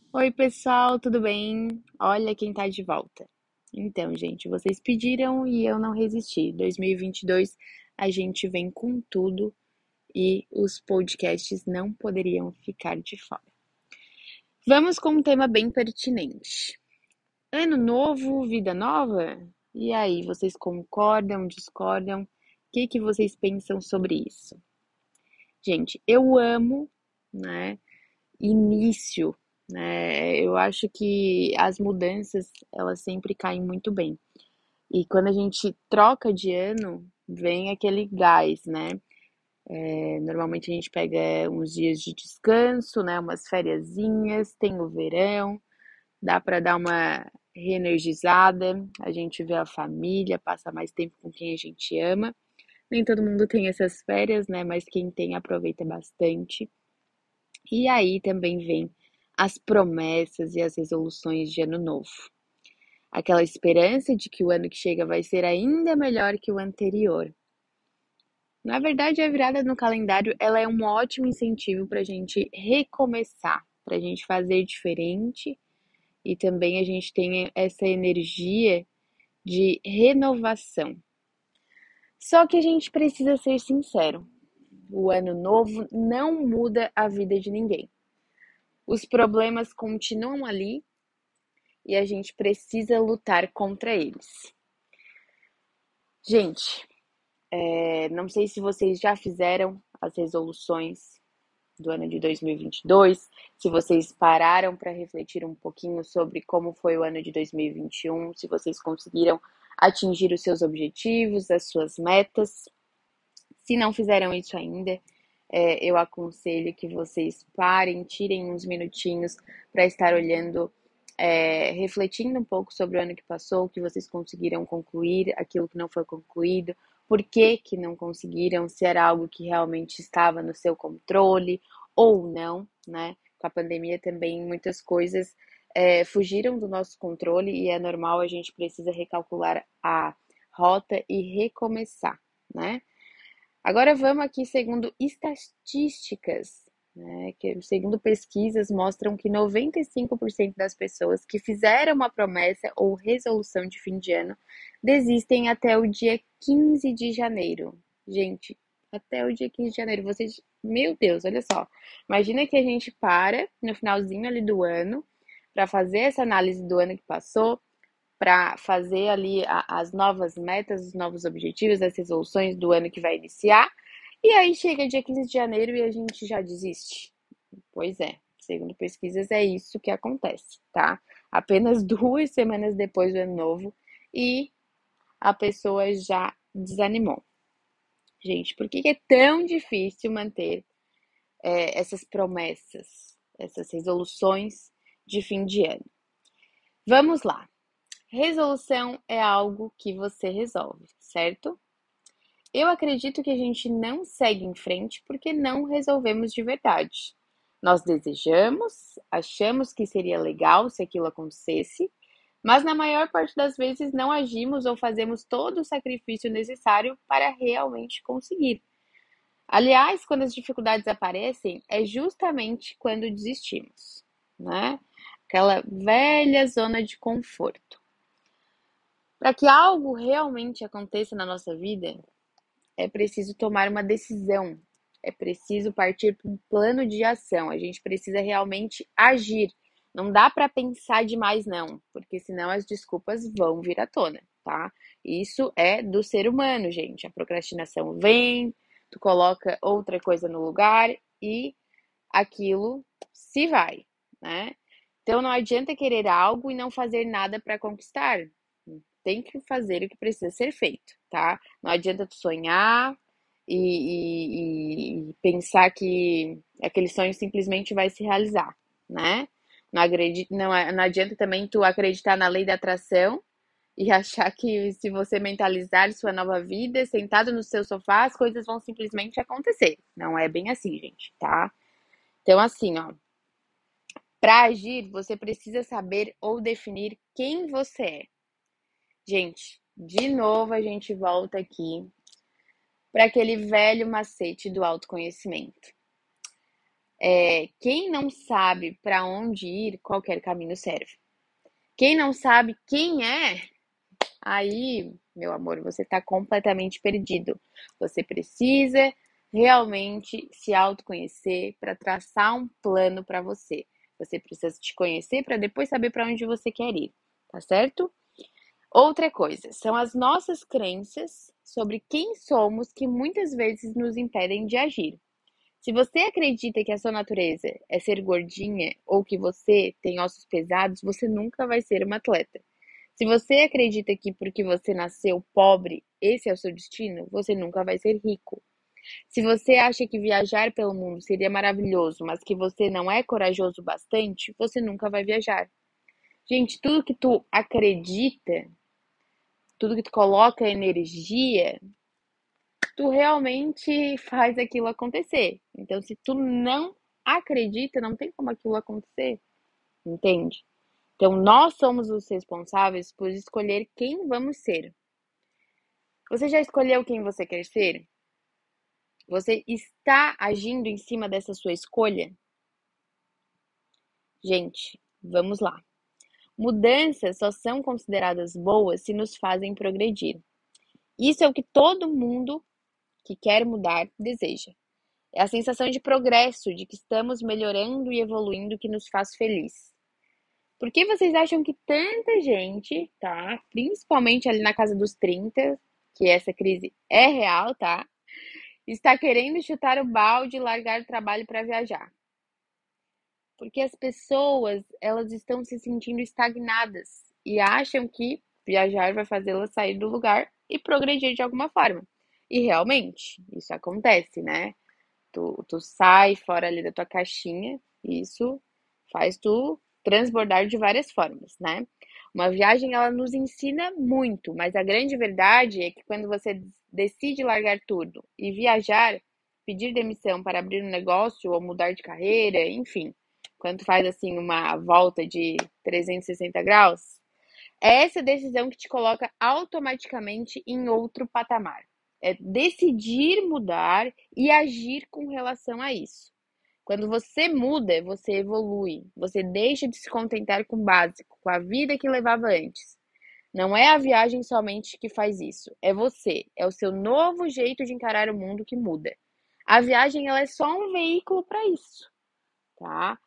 Oi, pessoal, tudo bem? Olha quem tá de volta. Então, gente, vocês pediram e eu não resisti. 2022 a gente vem com tudo e os podcasts não poderiam ficar de fora. Vamos com um tema bem pertinente. Ano novo, vida nova? E aí, vocês concordam, discordam? O que vocês pensam sobre isso? Gente, eu amo, né? Início, né? Eu acho que as mudanças, elas sempre caem muito bem. E quando a gente troca de ano, vem aquele gás, né? Normalmente a gente pega uns dias de descanso, né? Umas fériasinhas, tem o verão, dá para dar uma reenergizada, a gente vê a família, passa mais tempo com quem a gente ama. Nem todo mundo tem essas férias, né? Mas quem tem aproveita bastante. E aí também vem as promessas e as resoluções de ano novo. Aquela esperança de que o ano que chega vai ser ainda melhor que o anterior. Na verdade, a virada no calendário ela é um ótimo incentivo para a gente recomeçar, para a gente fazer diferente e também a gente tem essa energia de renovação. Só que a gente precisa ser sincero: o ano novo não muda a vida de ninguém. Os problemas continuam ali e a gente precisa lutar contra eles. Gente, não sei se vocês já fizeram as resoluções do ano de 2022, se vocês pararam para refletir um pouquinho sobre como foi o ano de 2021, se vocês conseguiram atingir os seus objetivos, as suas metas. Se não fizeram isso ainda, eu aconselho que vocês parem, tirem uns minutinhos para estar olhando, refletindo um pouco sobre o ano que passou, o que vocês conseguiram concluir, aquilo que não foi concluído, por que não conseguiram, se era algo que realmente estava no seu controle ou não, né? Com a pandemia também muitas coisas fugiram do nosso controle e é normal, a gente precisa recalcular a rota e recomeçar, né? Agora vamos aqui segundo estatísticas, né, que segundo pesquisas mostram que 95% das pessoas que fizeram uma promessa ou resolução de fim de ano desistem até o dia 15 de janeiro. Gente, até o dia 15 de janeiro, vocês, meu Deus, olha só. Imagina que a gente para no finalzinho ali do ano para fazer essa análise do ano que passou, para fazer ali as novas metas, os novos objetivos, as resoluções do ano que vai iniciar. E aí chega dia 15 de janeiro e a gente já desiste. Pois é, segundo pesquisas é isso que acontece, tá? Apenas 2 semanas depois do ano novo e a pessoa já desanimou. Gente, por que é tão difícil manter essas promessas, essas resoluções de fim de ano? Vamos lá. Resolução é algo que você resolve, certo? Eu acredito que a gente não segue em frente porque não resolvemos de verdade. Nós desejamos, achamos que seria legal se aquilo acontecesse, mas na maior parte das vezes não agimos ou fazemos todo o sacrifício necessário para realmente conseguir. Aliás, quando as dificuldades aparecem, é justamente quando desistimos, né? Aquela velha zona de conforto. Para que algo realmente aconteça na nossa vida, é preciso tomar uma decisão, é preciso partir para um plano de ação, a gente precisa realmente agir. Não dá para pensar demais, não, porque senão as desculpas vão vir à tona, tá? Isso é do ser humano, gente. A procrastinação vem, tu coloca outra coisa no lugar e aquilo se vai, né? Então não adianta querer algo e não fazer nada para conquistar. Tem que fazer o que precisa ser feito, tá? Não adianta tu sonhar e pensar que aquele sonho simplesmente vai se realizar, né? Não adianta também tu acreditar na lei da atração e achar que se você mentalizar sua nova vida, sentado no seu sofá, as coisas vão simplesmente acontecer. Não é bem assim, gente, tá? Então, assim, ó, para agir, você precisa saber ou definir quem você é. Gente, de novo a gente volta aqui para aquele velho macete do autoconhecimento. Quem não sabe para onde ir, qualquer caminho serve. Quem não sabe quem é, aí, meu amor, você está completamente perdido. Você precisa realmente se autoconhecer para traçar um plano para você. Você precisa te conhecer para depois saber para onde você quer ir, tá certo? Outra coisa, são as nossas crenças sobre quem somos que muitas vezes nos impedem de agir. Se você acredita que a sua natureza é ser gordinha ou que você tem ossos pesados, você nunca vai ser uma atleta. Se você acredita que porque você nasceu pobre, esse é o seu destino, você nunca vai ser rico. Se você acha que viajar pelo mundo seria maravilhoso, mas que você não é corajoso bastante, você nunca vai viajar. Gente, tudo que tu acredita, tudo que tu coloca energia, tu realmente faz aquilo acontecer. Então, se tu não acredita, não tem como aquilo acontecer, entende? Então, nós somos os responsáveis por escolher quem vamos ser. Você já escolheu quem você quer ser? Você está agindo em cima dessa sua escolha? Gente, vamos lá. Mudanças só são consideradas boas se nos fazem progredir. Isso é o que todo mundo que quer mudar deseja. É a sensação de progresso, de que estamos melhorando e evoluindo que nos faz feliz. Por que vocês acham que tanta gente, tá? Principalmente ali na casa dos 30, que essa crise é real, tá? Está querendo chutar o balde e largar o trabalho para viajar. Porque as pessoas, elas estão se sentindo estagnadas e acham que viajar vai fazê-las sair do lugar e progredir de alguma forma. E realmente, isso acontece, né? Tu sai fora ali da tua caixinha, e isso faz tu transbordar de várias formas, né? Uma viagem, ela nos ensina muito, mas a grande verdade é que quando você decide largar tudo e viajar, pedir demissão para abrir um negócio ou mudar de carreira, enfim, quando tu faz assim uma volta de 360 graus, é essa decisão que te coloca automaticamente em outro patamar. É decidir mudar e agir com relação a isso. Quando você muda, você evolui. Você deixa de se contentar com o básico, com a vida que levava antes. Não é a viagem somente que faz isso. É você. É o seu novo jeito de encarar o mundo que muda. A viagem ela é só um veículo para isso, tá?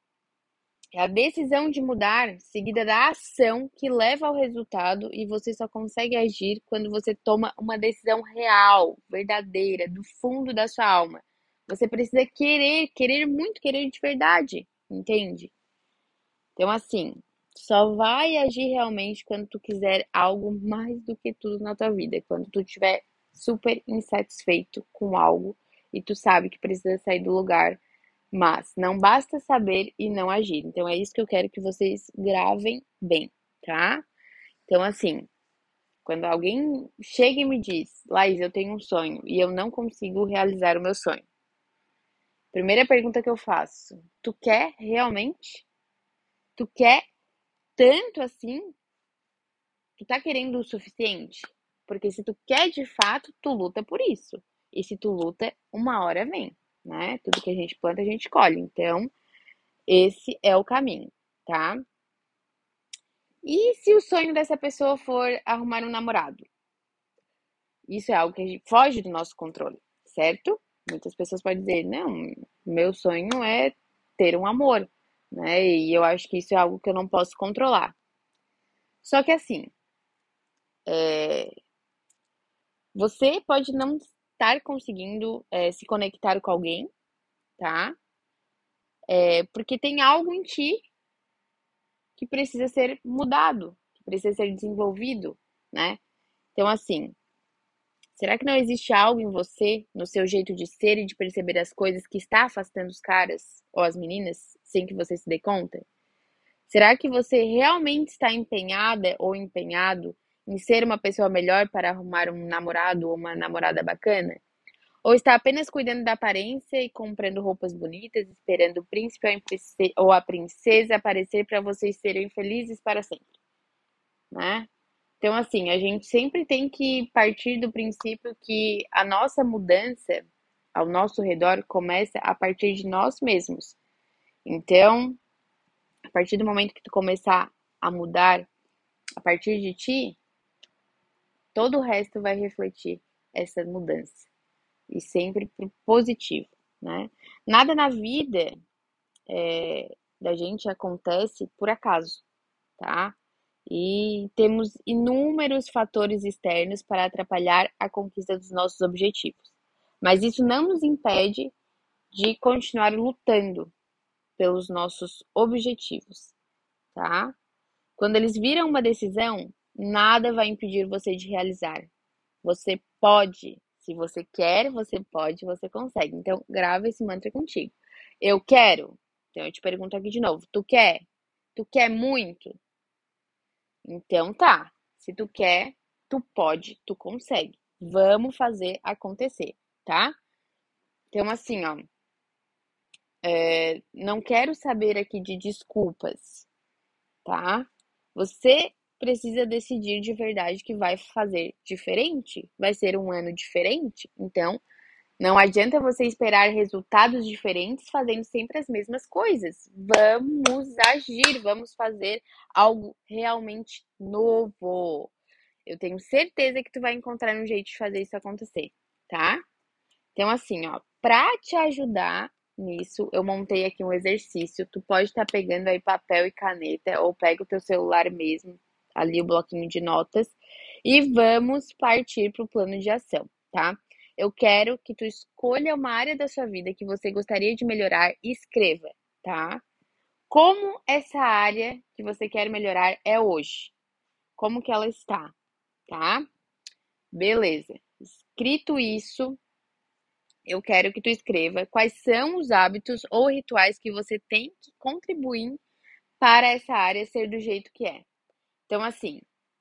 É a decisão de mudar seguida da ação que leva ao resultado e você só consegue agir quando você toma uma decisão real, verdadeira, do fundo da sua alma. Você precisa querer, querer muito, querer de verdade, entende? Então, assim, só vai agir realmente quando tu quiser algo mais do que tudo na tua vida, quando tu estiver super insatisfeito com algo e tu sabe que precisa sair do lugar, mas não basta saber e não agir. Então é isso que eu quero que vocês gravem bem, tá? Então, assim, quando alguém chega e me diz, Laís, eu tenho um sonho e eu não consigo realizar o meu sonho. Primeira pergunta que eu faço: tu quer realmente? Tu quer tanto assim? Tu tá querendo o suficiente? Porque se tu quer de fato, tu luta por isso. E se tu luta, uma hora vem, né? Tudo que a gente planta, a gente colhe. Então, esse é o caminho, tá? E se o sonho dessa pessoa for arrumar um namorado? Isso é algo que a gente foge do nosso controle, certo? Muitas pessoas podem dizer, não, meu sonho é ter um amor, né? E eu acho que isso é algo que eu não posso controlar. Só que assim, você pode não estar conseguindo se conectar com alguém, tá? Porque tem algo em ti que precisa ser mudado, que precisa ser desenvolvido, né? Então, assim, será que não existe algo em você, no seu jeito de ser e de perceber as coisas, que está afastando os caras ou as meninas sem que você se dê conta? Será que você realmente está empenhada ou empenhado em ser uma pessoa melhor para arrumar um namorado ou uma namorada bacana? Ou está apenas cuidando da aparência e comprando roupas bonitas, esperando o príncipe ou a princesa aparecer para vocês serem felizes para sempre, né? Então, assim, a gente sempre tem que partir do princípio que a nossa mudança ao nosso redor começa a partir de nós mesmos. Então, a partir do momento que tu começar a mudar a partir de ti, todo o resto vai refletir essa mudança. E sempre pro positivo, né? Nada na vida da gente acontece por acaso, tá? E temos inúmeros fatores externos para atrapalhar a conquista dos nossos objetivos. Mas isso não nos impede de continuar lutando pelos nossos objetivos, tá? Quando eles viram uma decisão, nada vai impedir você de realizar. Você pode. Se você quer, você pode, você consegue. Então, grava esse mantra contigo. Eu quero. Então, eu te pergunto aqui de novo. Tu quer? Tu quer muito? Então, tá. Se tu quer, tu pode, tu consegue. Vamos fazer acontecer, tá? Então, assim, ó. Não quero saber aqui de desculpas, tá? Você precisa decidir de verdade que vai fazer diferente. Vai ser um ano diferente. Então, não adianta você esperar resultados diferentes fazendo sempre as mesmas coisas. Vamos agir, vamos fazer algo realmente novo. Eu tenho certeza que tu vai encontrar um jeito de fazer isso acontecer, tá? Então, assim, ó, pra te ajudar nisso, eu montei aqui um exercício. Tu pode estar pegando aí papel e caneta, ou pega o teu celular mesmo, ali o bloquinho de notas, e vamos partir para o plano de ação, tá? Eu quero que tu escolha uma área da sua vida que você gostaria de melhorar e escreva, tá? Como essa área que você quer melhorar é hoje? Como que ela está, tá? Beleza. Escrito isso, eu quero que tu escreva quais são os hábitos ou rituais que você tem que contribuir para essa área ser do jeito que é. Então, assim,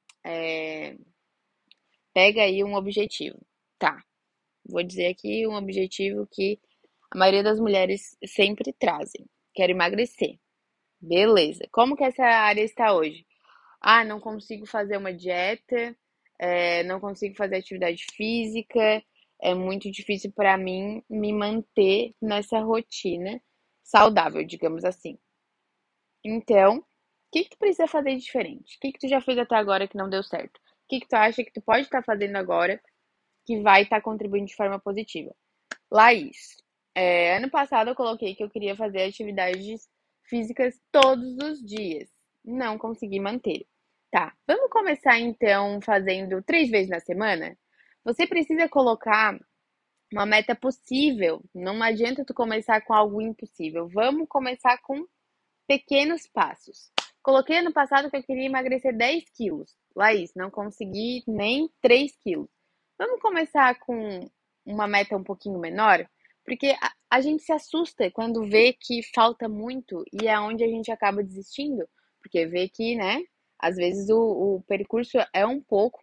pega aí um objetivo. Tá, vou dizer aqui um objetivo que a maioria das mulheres sempre trazem. Quero emagrecer. Beleza. Como que essa área está hoje? Ah, não consigo fazer uma dieta, não consigo fazer atividade física, é muito difícil para mim me manter nessa rotina saudável, digamos assim. Então, o que que tu precisa fazer de diferente? O que que tu já fez até agora que não deu certo? O que que tu acha que tu pode estar fazendo agora que vai estar contribuindo de forma positiva? Laís, ano passado eu coloquei que eu queria fazer atividades físicas todos os dias. Não consegui manter. Tá, vamos começar então fazendo 3 vezes na semana? Você precisa colocar uma meta possível. Não adianta tu começar com algo impossível. Vamos começar com pequenos passos. Coloquei ano passado que eu queria emagrecer 10 quilos. Laís, não consegui nem 3 quilos. Vamos começar com uma meta um pouquinho menor? Porque a gente se assusta quando vê que falta muito e é onde a gente acaba desistindo. Porque vê que, né, às vezes o percurso é um pouco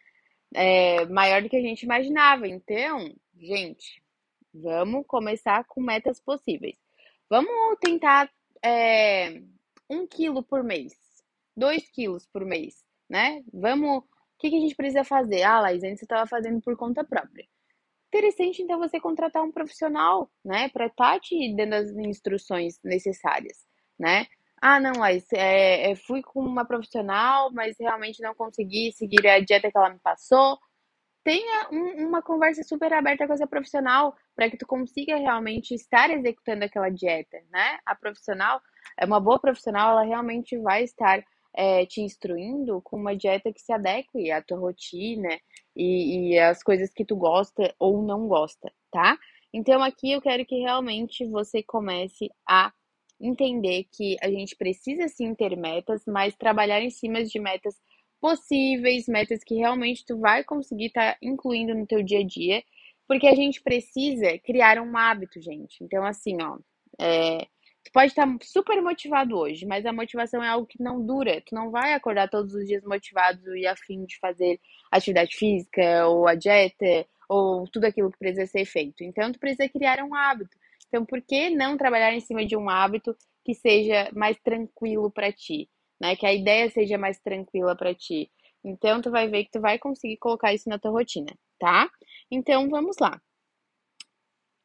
maior do que a gente imaginava. Então, gente, vamos começar com metas possíveis. Vamos tentar é, 1 quilo por mês, 2 quilos por mês, né? Vamos. O que que a gente precisa fazer? Ah, Laís, antes você estava fazendo por conta própria. Interessante, então, você contratar um profissional, né? Para estar te dando as instruções necessárias, né? Ah, não, Laís, fui com uma profissional, mas realmente não consegui seguir a dieta que ela me passou. Tenha uma conversa super aberta com essa profissional para que tu consiga realmente estar executando aquela dieta, né? A profissional, é uma boa profissional, ela realmente vai estar te instruindo com uma dieta que se adeque à tua rotina e às coisas que tu gosta ou não gosta, tá? Então aqui eu quero que realmente você comece a entender que a gente precisa sim ter metas, mas trabalhar em cima de metas possíveis, metas que realmente tu vai conseguir estar incluindo no teu dia a dia, porque a gente precisa criar um hábito, gente. Então, assim, ó, tu pode estar super motivado hoje, mas a motivação é algo que não dura. Tu não vai acordar todos os dias motivado e a fim de fazer atividade física, ou a dieta, ou tudo aquilo que precisa ser feito. Então, tu precisa criar um hábito. Então, por que não trabalhar em cima de um hábito que seja mais tranquilo para ti? Né? Que a ideia seja mais tranquila para ti. Então, tu vai ver que tu vai conseguir colocar isso na tua rotina, tá? Então, vamos lá.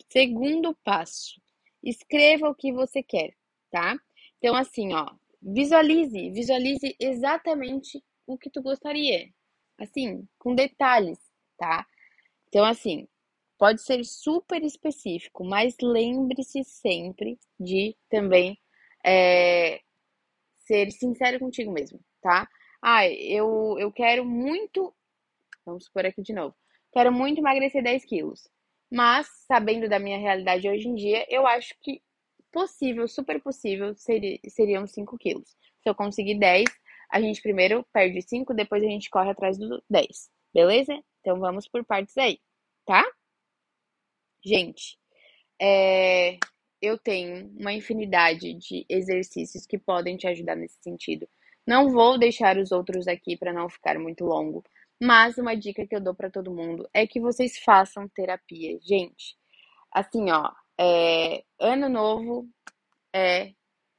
Segundo passo, escreva o que você quer, tá? Então, assim, ó, visualize exatamente o que tu gostaria, assim, com detalhes, tá? Então, assim, pode ser super específico, mas lembre-se sempre de também é, ser sincero contigo mesmo, tá? Ah, eu quero muito. Vamos supor aqui de novo. Quero muito emagrecer 10 quilos. Mas, sabendo da minha realidade hoje em dia, eu acho que possível, super possível, seriam 5 quilos. Se eu conseguir 10, a gente primeiro perde 5, depois a gente corre atrás do 10. Beleza? Então vamos por partes aí, tá? Gente, é, eu tenho uma infinidade de exercícios que podem te ajudar nesse sentido. Não vou deixar os outros aqui para não ficar muito longo, mas uma dica que eu dou para todo mundo é que vocês façam terapia. Gente, assim, ó, ano novo é,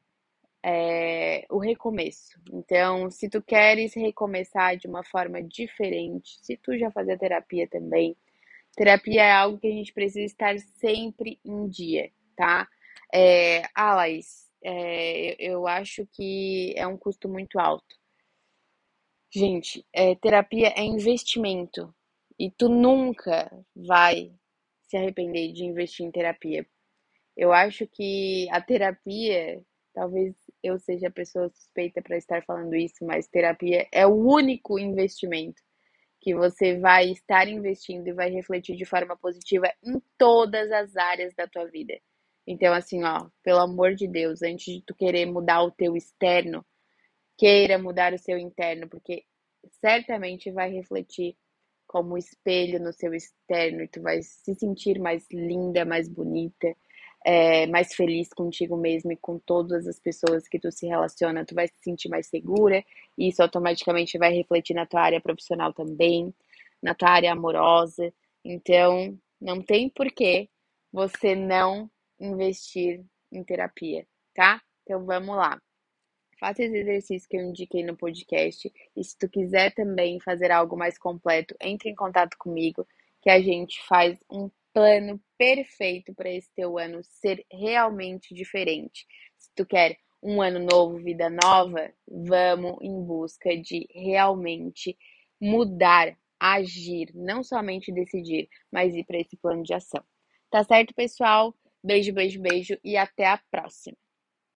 é o recomeço. Então, se tu queres recomeçar de uma forma diferente, se tu já fazia terapia também, terapia é algo que a gente precisa estar sempre em dia, tá? Laís, eu acho que é um custo muito alto. Gente, terapia é investimento e tu nunca vai se arrepender de investir em terapia. Eu acho que a terapia, talvez eu seja a pessoa suspeita para estar falando isso, mas terapia é o único investimento que você vai estar investindo e vai refletir de forma positiva em todas as áreas da tua vida. Então, assim, ó, pelo amor de Deus, antes de tu querer mudar o teu externo, queira mudar o seu interno, porque certamente vai refletir como espelho no seu externo e tu vai se sentir mais linda, mais bonita, mais feliz contigo mesmo e com todas as pessoas que tu se relaciona, tu vai se sentir mais segura e isso automaticamente vai refletir na tua área profissional também, na tua área amorosa. Então, não tem porquê você não investir em terapia, tá? Então vamos lá. Faça esse exercício que eu indiquei no podcast. E se tu quiser também fazer algo mais completo, entre em contato comigo, que a gente faz um plano perfeito para esse teu ano ser realmente diferente. Se tu quer um ano novo, vida nova, vamos em busca de realmente mudar, agir, não somente decidir, mas ir para esse plano de ação. Tá certo, pessoal? Beijo, beijo, beijo e até a próxima.